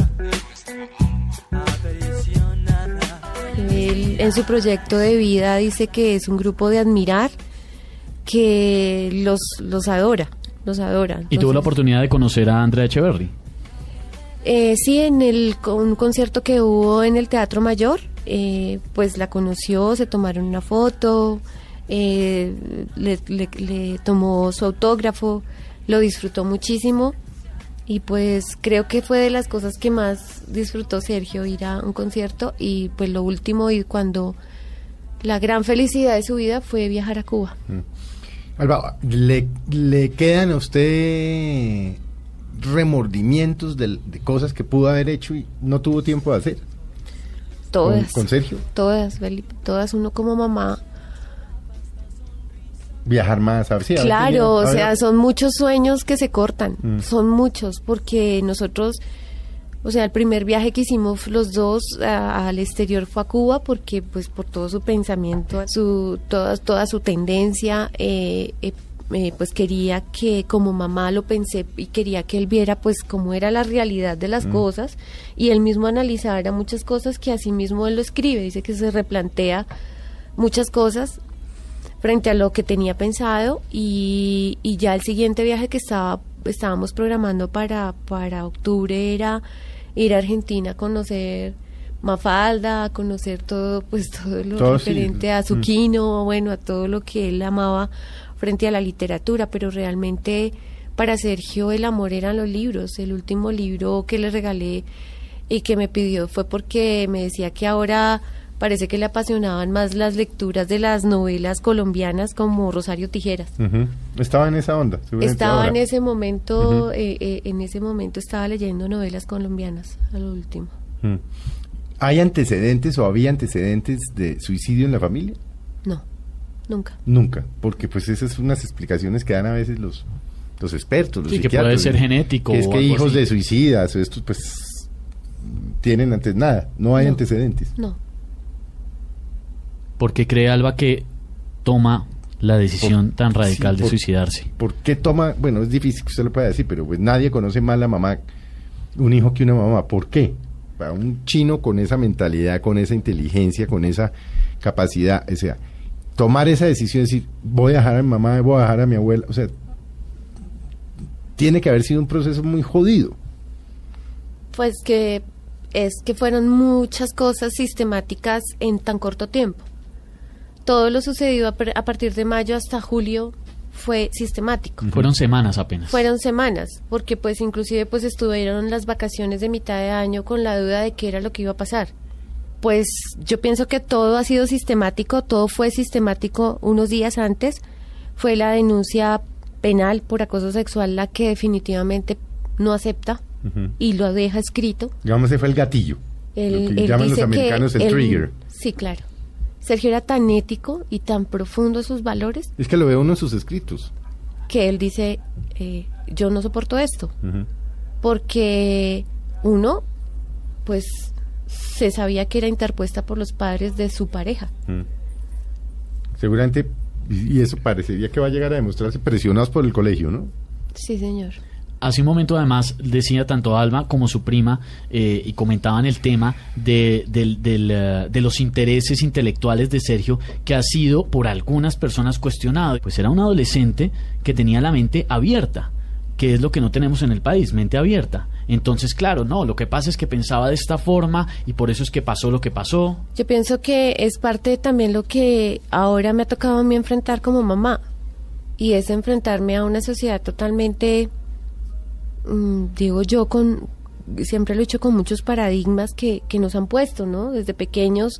Él, en su proyecto de vida, dice que es un grupo de admirar, que los, los adora, los adora. Entonces, ¿y tuvo la oportunidad de conocer a Andrea Echeverry? Eh, sí, en el un concierto que hubo en el Teatro Mayor, eh, pues la conoció, se tomaron una foto, eh, le, le, le tomó su autógrafo, lo disfrutó muchísimo. Y pues creo que fue de las cosas que más disfrutó Sergio, ir a un concierto. Y pues lo último, y cuando la gran felicidad de su vida fue viajar a Cuba. Mm. Alba, ¿le, ¿le quedan a usted remordimientos de, de cosas que pudo haber hecho y no tuvo tiempo de hacer? Todas. ¿Con, con Sergio? Todas, Felipe, todas. Uno como mamá... Viajar más, a ver si claro, tenido, o sea, son muchos sueños que se cortan, mm. son muchos, porque nosotros, o sea, el primer viaje que hicimos los dos a, al exterior fue a Cuba, porque pues por todo su pensamiento, su toda, toda su tendencia, eh, eh, eh, pues quería que como mamá lo pensé y quería que él viera pues cómo era la realidad de las mm. cosas, y él mismo analizara muchas cosas que así mismo él lo escribe, dice que se replantea muchas cosas frente a lo que tenía pensado, y, y ya el siguiente viaje que estaba estábamos programando para, para octubre era ir a Argentina a conocer Mafalda, a conocer todo, pues todo lo todo referente sí. a Zucchino, mm. bueno, a todo lo que él amaba frente a la literatura, pero realmente para Sergio el amor eran los libros. El último libro que le regalé y que me pidió fue porque me decía que ahora parece que le apasionaban más las lecturas de las novelas colombianas como Rosario Tijeras. Uh-huh. Estaba en esa onda. Estaba ahora. en ese momento, uh-huh. eh, eh, en ese momento estaba leyendo novelas colombianas, a lo último. Uh-huh. ¿Hay antecedentes o había antecedentes de suicidio en la familia? No, nunca. Nunca, porque pues esas son unas explicaciones que dan a veces los, los expertos, los sí, que puede ser genético. Que es o que algo hijos así. de suicidas, estos pues tienen antes nada, no hay no, antecedentes. No. ¿Por qué cree Alba que toma la decisión por, tan radical sí, de por, suicidarse? ¿Por qué toma? Bueno, es difícil que usted lo pueda decir, pero pues nadie conoce más a la mamá, un hijo que una mamá. ¿Por qué? Para un chino con esa mentalidad, con esa inteligencia, con esa capacidad, o sea, tomar esa decisión, decir, voy a dejar a mi mamá, voy a dejar a mi abuela, o sea, tiene que haber sido un proceso muy jodido. Pues que es que fueron muchas cosas sistemáticas en tan corto tiempo. Todo lo sucedido a, a partir de mayo hasta julio fue sistemático. Fueron semanas apenas. Fueron semanas, porque pues inclusive pues estuvieron las vacaciones de mitad de año con la duda de qué era lo que iba a pasar. Pues yo pienso que todo ha sido sistemático, todo fue sistemático unos días antes. Fue la denuncia penal por acoso sexual la que definitivamente no acepta uh-huh. y lo deja escrito. Digamos, ese fue el gatillo, él, lo que llaman los americanos el él, trigger. Sí, claro. Sergio era tan ético y tan profundo en sus valores. Es que lo ve uno en sus escritos. Que él dice, eh, yo no soporto esto. Uh-huh. Porque uno, pues... se sabía que era interpuesta por los padres de su pareja. Mm. Seguramente, y eso parecería que va a llegar a demostrarse presionados por el colegio, ¿no? Sí, señor. Hace un momento, además, decía tanto Alma como su prima, eh, y comentaban el tema de, del, del, uh, de los intereses intelectuales de Sergio, que ha sido por algunas personas cuestionado. Pues era un adolescente que tenía la mente abierta, que es lo que no tenemos en el país, mente abierta. Entonces, claro, no, lo que pasa es que pensaba de esta forma y por eso es que pasó lo que pasó. Yo pienso que es parte también lo que ahora me ha tocado a mí enfrentar como mamá, y es enfrentarme a una sociedad totalmente, mmm, digo yo, con siempre lo he dicho, con muchos paradigmas que, que nos han puesto, ¿no? Desde pequeños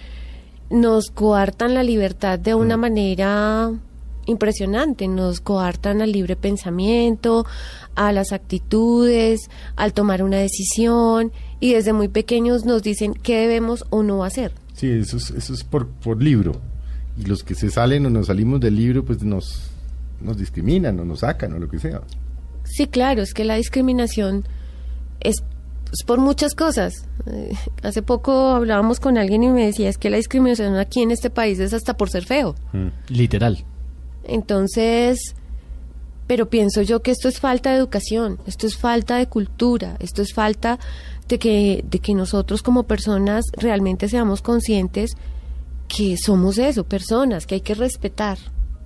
nos coartan la libertad de una mm. manera... impresionante, nos coartan al libre pensamiento, a las actitudes, al tomar una decisión, y desde muy pequeños nos dicen qué debemos o no hacer. Sí, eso es, eso es por, por libro, y los que se salen o nos salimos del libro pues nos, nos discriminan o nos sacan o lo que sea. Sí, claro, es que la discriminación es, es por muchas cosas. Eh, hace poco hablábamos con alguien y me decía, es que la discriminación aquí en este país es hasta por ser feo. Mm. Literal. Entonces, pero pienso yo que esto es falta de educación, esto es falta de cultura, esto es falta de que, de que nosotros como personas realmente seamos conscientes que somos eso, personas que hay que respetar.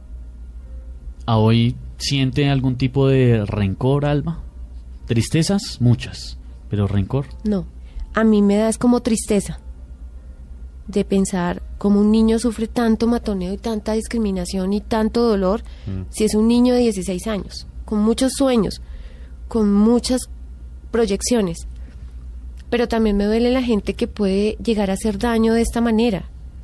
¿A hoy siente algún tipo de rencor, Alma? Tristezas, muchas, pero rencor. No, a mí me da es como tristeza de pensar cómo un niño sufre tanto matoneo y tanta discriminación y tanto dolor, mm. si es un niño de dieciséis años, con muchos sueños, con muchas proyecciones. Pero también me duele la gente que puede llegar a hacer daño de esta manera.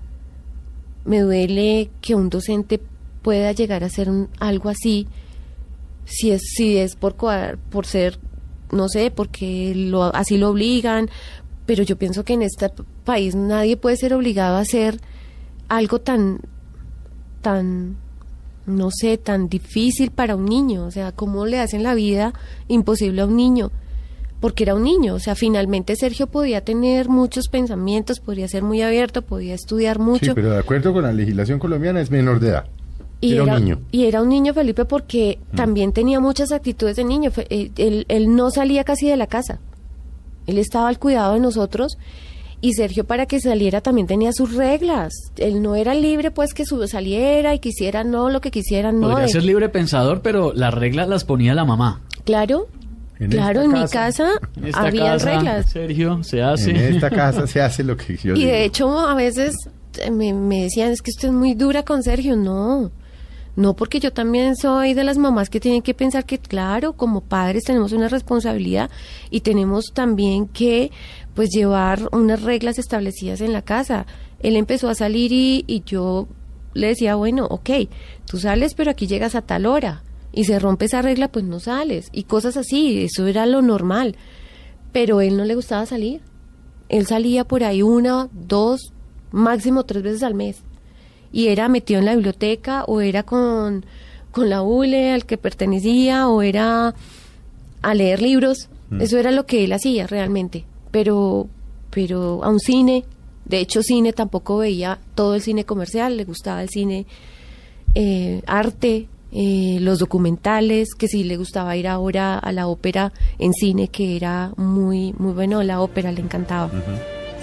Me duele que un docente pueda llegar a hacer un, algo así, si es, si es por, por ser, no sé, porque lo, así lo obligan. Pero yo pienso que en este país nadie puede ser obligado a hacer algo tan, tan, no sé, tan difícil para un niño. O sea, ¿cómo le hacen la vida imposible a un niño? Porque era un niño. O sea, finalmente Sergio podía tener muchos pensamientos, podría ser muy abierto, podía estudiar mucho. Sí, pero de acuerdo con la legislación colombiana es menor de edad. Y era, era un niño. Y era un niño, Felipe, porque mm. también tenía muchas actitudes de niño. Él, él, él no salía casi de la casa. Él estaba al cuidado de nosotros, y Sergio, para que saliera, también tenía sus reglas. Él no era libre, pues, que su, saliera y quisiera, no, lo que quisiera, no. Podría de... ser libre pensador, pero las reglas las ponía la mamá. Claro, en claro, en casa, mi casa en había casa, reglas. Sergio, se hace. En esta casa se hace lo que yo Y digo. de hecho, a veces me, me decían, es que usted es muy dura con Sergio. No, no, porque yo también soy de las mamás que tienen que pensar que, claro, como padres tenemos una responsabilidad y tenemos también que, pues, llevar unas reglas establecidas en la casa. Él empezó a salir y, y yo le decía, bueno, ok, tú sales, pero aquí llegas a tal hora, y se rompe esa regla, pues no sales, y cosas así. Eso era lo normal. Pero a él no le gustaba salir. Él salía por ahí una, dos, máximo tres veces al mes. Y era metido en la biblioteca, o era con, con la U L E al que pertenecía, o era a leer libros. Mm. Eso era lo que él hacía realmente. Pero, pero a un cine, de hecho cine tampoco veía todo el cine comercial, le gustaba el cine eh, arte, eh, los documentales, que sí le gustaba ir ahora a la ópera en cine, que era muy, muy bueno, la ópera le encantaba. Uh-huh.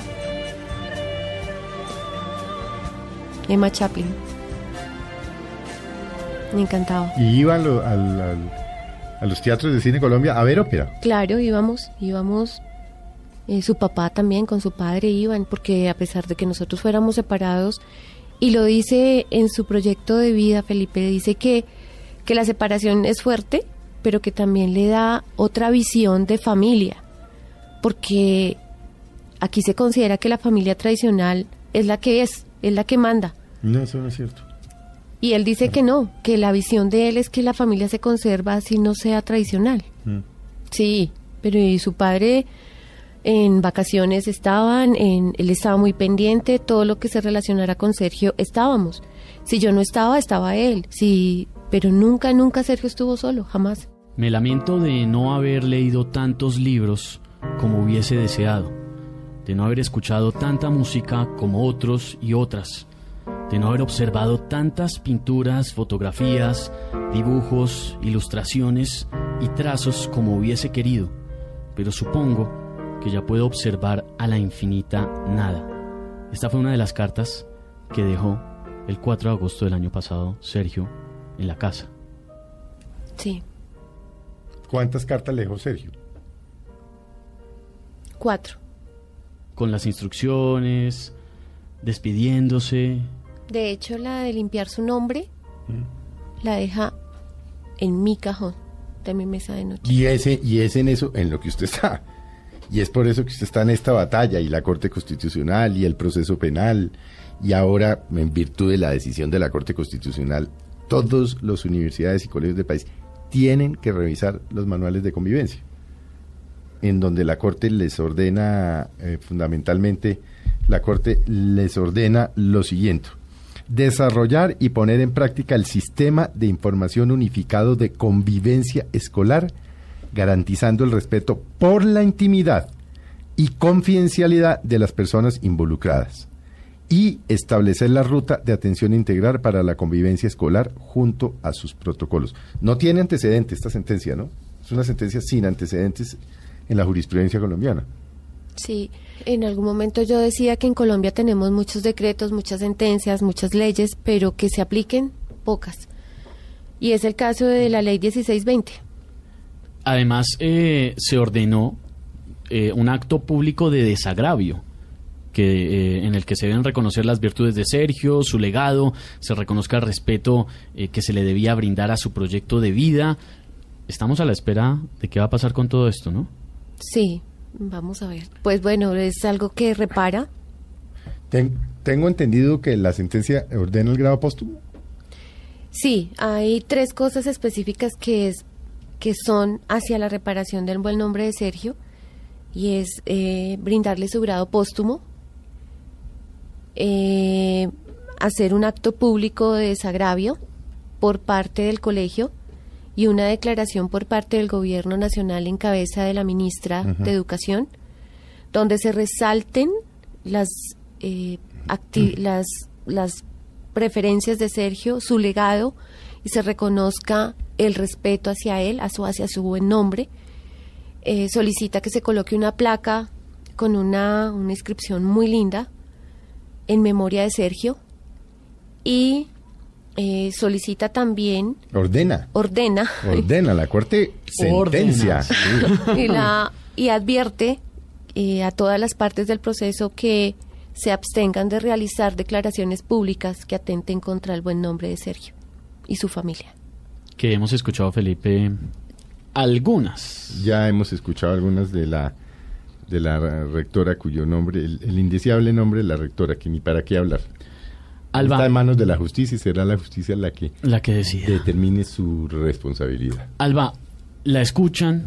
Emma Chaplin. Me encantaba. ¿Y iban lo, al, al, a los teatros de Cine Colombia a ver ópera? Claro, íbamos, íbamos. Eh, su papá también, con su padre iban, porque a pesar de que nosotros fuéramos separados, y lo dice en su proyecto de vida, Felipe, dice que, que la separación es fuerte, pero que también le da otra visión de familia, porque aquí se considera que la familia tradicional es la que es, es la que manda. No, eso no es cierto. Y él dice que no, que la visión de él es que la familia se conserva así no sea tradicional. Mm. Sí, pero y su padre en vacaciones estaban, en, él estaba muy pendiente, todo lo que se relacionara con Sergio estábamos. Si yo no estaba, estaba él, sí, pero nunca, nunca Sergio estuvo solo, jamás. Me lamento de no haber leído tantos libros como hubiese deseado, de no haber escuchado tanta música como otros y otras, de no haber observado tantas pinturas, fotografías, dibujos, ilustraciones y trazos como hubiese querido, pero supongo que ya puedo observar a la infinita nada. Esta fue una de las cartas que dejó el cuatro de agosto del año pasado Sergio en la casa. Sí. ¿Cuántas cartas le dejó Sergio? Cuatro. Con las instrucciones, despidiéndose. De hecho, la de limpiar su nombre ¿Mm? la deja en mi cajón de mi mesa de noche. Y ese, y es en eso en lo que usted está. Y es por eso que usted está en esta batalla, y la Corte Constitucional, y el proceso penal, y ahora, en virtud de la decisión de la Corte Constitucional, todas las universidades y colegios del país tienen que revisar los manuales de convivencia, en donde la Corte les ordena, eh, fundamentalmente, la Corte les ordena lo siguiente: desarrollar y poner en práctica el sistema de información unificado de convivencia escolar, garantizando el respeto por la intimidad y confidencialidad de las personas involucradas, y establecer la ruta de atención integral para la convivencia escolar junto a sus protocolos. No tiene antecedentes esta sentencia, ¿no? Es una sentencia sin antecedentes en la jurisprudencia colombiana. Sí, en algún momento yo decía que en Colombia tenemos muchos decretos, muchas sentencias, muchas leyes, pero que se apliquen pocas. Y es el caso de la ley dieciséis veinte. Además, eh, se ordenó eh, un acto público de desagravio, que eh, en el que se deben reconocer las virtudes de Sergio, su legado, se reconozca el respeto eh, que se le debía brindar a su proyecto de vida. Estamos a la espera de qué va a pasar con todo esto, ¿no? Sí, vamos a ver. Pues bueno, es algo que repara. Ten, tengo entendido que la sentencia ordena el grado póstumo. Sí, hay tres cosas específicas que es que son hacia la reparación del buen nombre de Sergio, y es eh, brindarle su grado póstumo, eh, hacer un acto público de desagravio por parte del colegio y una declaración por parte del gobierno nacional en cabeza de la ministra uh-huh. de Educación, donde se resalten las, eh, acti- uh-huh. las, las preferencias de Sergio, su legado, y se reconozca el respeto hacia él, a su, hacia su buen nombre. Eh, solicita que se coloque una placa con una, una inscripción muy linda en memoria de Sergio, y eh, solicita también... Ordena. Ordena. Ordena, la Corte sentencia. Sí. y, la, y advierte eh, a todas las partes del proceso que se abstengan de realizar declaraciones públicas que atenten contra el buen nombre de Sergio y su familia. Que hemos escuchado, Felipe, algunas. Ya hemos escuchado algunas de la de la rectora, cuyo nombre, el, el indeseable nombre de la rectora, que ni para qué hablar. Alba, está en manos de la justicia, y será la justicia la que, la que decida. determine su responsabilidad. Alba, ¿la escuchan?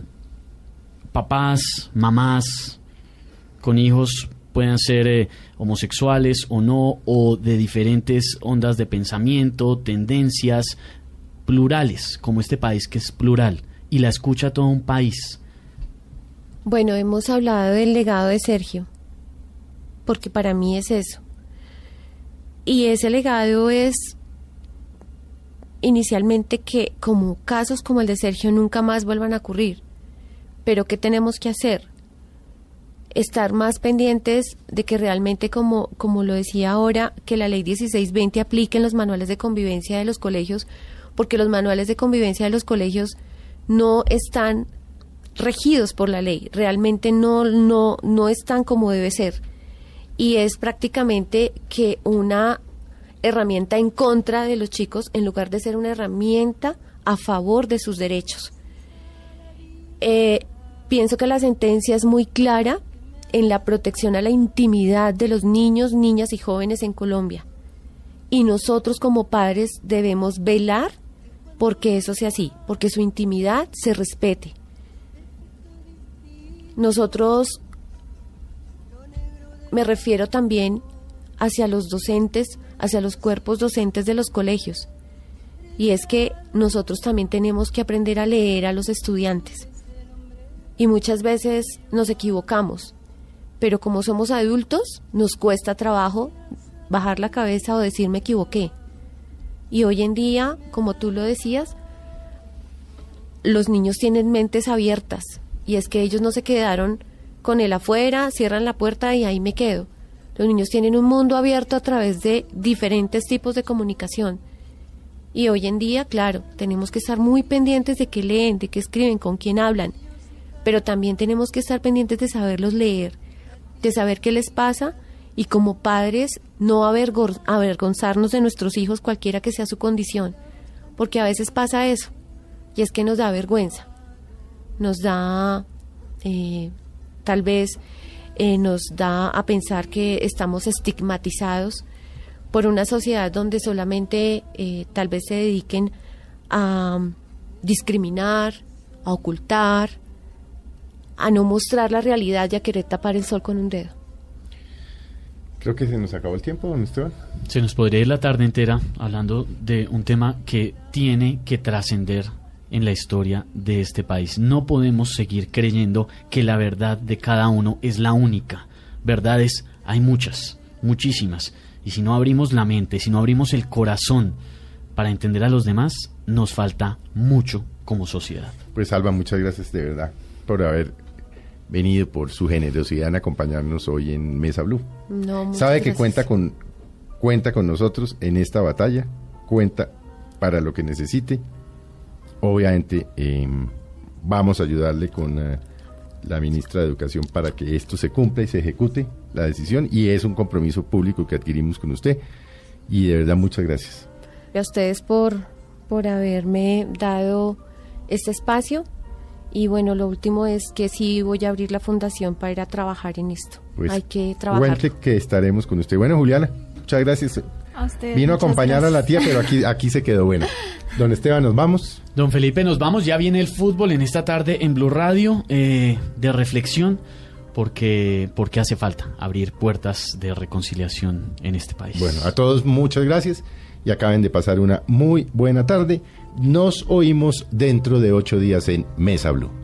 Papás, mamás, con hijos, puedan ser eh, homosexuales o no, o de diferentes ondas de pensamiento, tendencias, plurales, como este país que es plural, y la escucha todo un país. Bueno, hemos hablado del legado de Sergio, porque para mí es eso. Y ese legado es inicialmente que como casos como el de Sergio nunca más vuelvan a ocurrir. Pero ¿qué tenemos que hacer? Estar más pendientes de que realmente, como, como lo decía ahora, que la ley dieciséis veinte aplique en los manuales de convivencia de los colegios, porque los manuales de convivencia de los colegios no están regidos por la ley, realmente no, no, no están como debe ser. Y es prácticamente que una herramienta en contra de los chicos en lugar de ser una herramienta a favor de sus derechos. Eh, pienso que la sentencia es muy clara en la protección a la intimidad de los niños, niñas y jóvenes en Colombia. Y nosotros como padres debemos velar porque eso sea así, porque su intimidad se respete. Nosotros, me refiero también hacia los docentes, hacia los cuerpos docentes de los colegios. Y es que nosotros también tenemos que aprender a leer a los estudiantes. Y muchas veces nos equivocamos, pero como somos adultos, nos cuesta trabajo bajar la cabeza o decir me equivoqué. Y hoy en día, como tú lo decías, los niños tienen mentes abiertas, y es que ellos no se quedaron con él afuera, cierran la puerta y ahí me quedo. Los niños tienen un mundo abierto a través de diferentes tipos de comunicación. Y hoy en día, claro, tenemos que estar muy pendientes de qué leen, de qué escriben, con quién hablan, pero también tenemos que estar pendientes de saberlos leer, de saber qué les pasa, y como padres no avergon- avergonzarnos de nuestros hijos cualquiera que sea su condición, porque a veces pasa eso, y es que nos da vergüenza, nos da, eh, tal vez eh, nos da a pensar que estamos estigmatizados por una sociedad donde solamente eh, tal vez se dediquen a discriminar, a ocultar, a no mostrar la realidad y a querer tapar el sol con un dedo. Creo que se nos acabó el tiempo, don Esteban. Se nos podría ir la tarde entera hablando de un tema que tiene que trascender en la historia de este país. No podemos seguir creyendo que la verdad de cada uno es la única. Verdades hay muchas, muchísimas. Y si no abrimos la mente, si no abrimos el corazón para entender a los demás, nos falta mucho como sociedad. Pues Alba, muchas gracias de verdad por haber venido, por su generosidad en acompañarnos hoy en Mesa Blue. No, muchas Sabe que gracias. cuenta con cuenta con nosotros en esta batalla, cuenta para lo que necesite. Obviamente eh, vamos a ayudarle con uh, la ministra de Educación para que esto se cumpla y se ejecute la decisión, y es un compromiso público que adquirimos con usted, y de verdad muchas gracias. A ustedes por, por haberme dado este espacio. Y bueno, lo último es que sí voy a abrir la fundación para ir a trabajar en esto. Pues, hay que trabajar. Cuente que estaremos con usted. Bueno, Juliana, muchas gracias. A usted, Vino a muchas acompañar gracias. a la tía, pero aquí, aquí se quedó. Bueno, don Esteban, nos vamos. Don Felipe, nos vamos. Ya viene el fútbol en esta tarde en Blue Radio, eh, de reflexión, porque, porque hace falta abrir puertas de reconciliación en este país. Bueno, a todos muchas gracias y acaben de pasar una muy buena tarde. Nos oímos dentro de ocho días en Mesa Blue.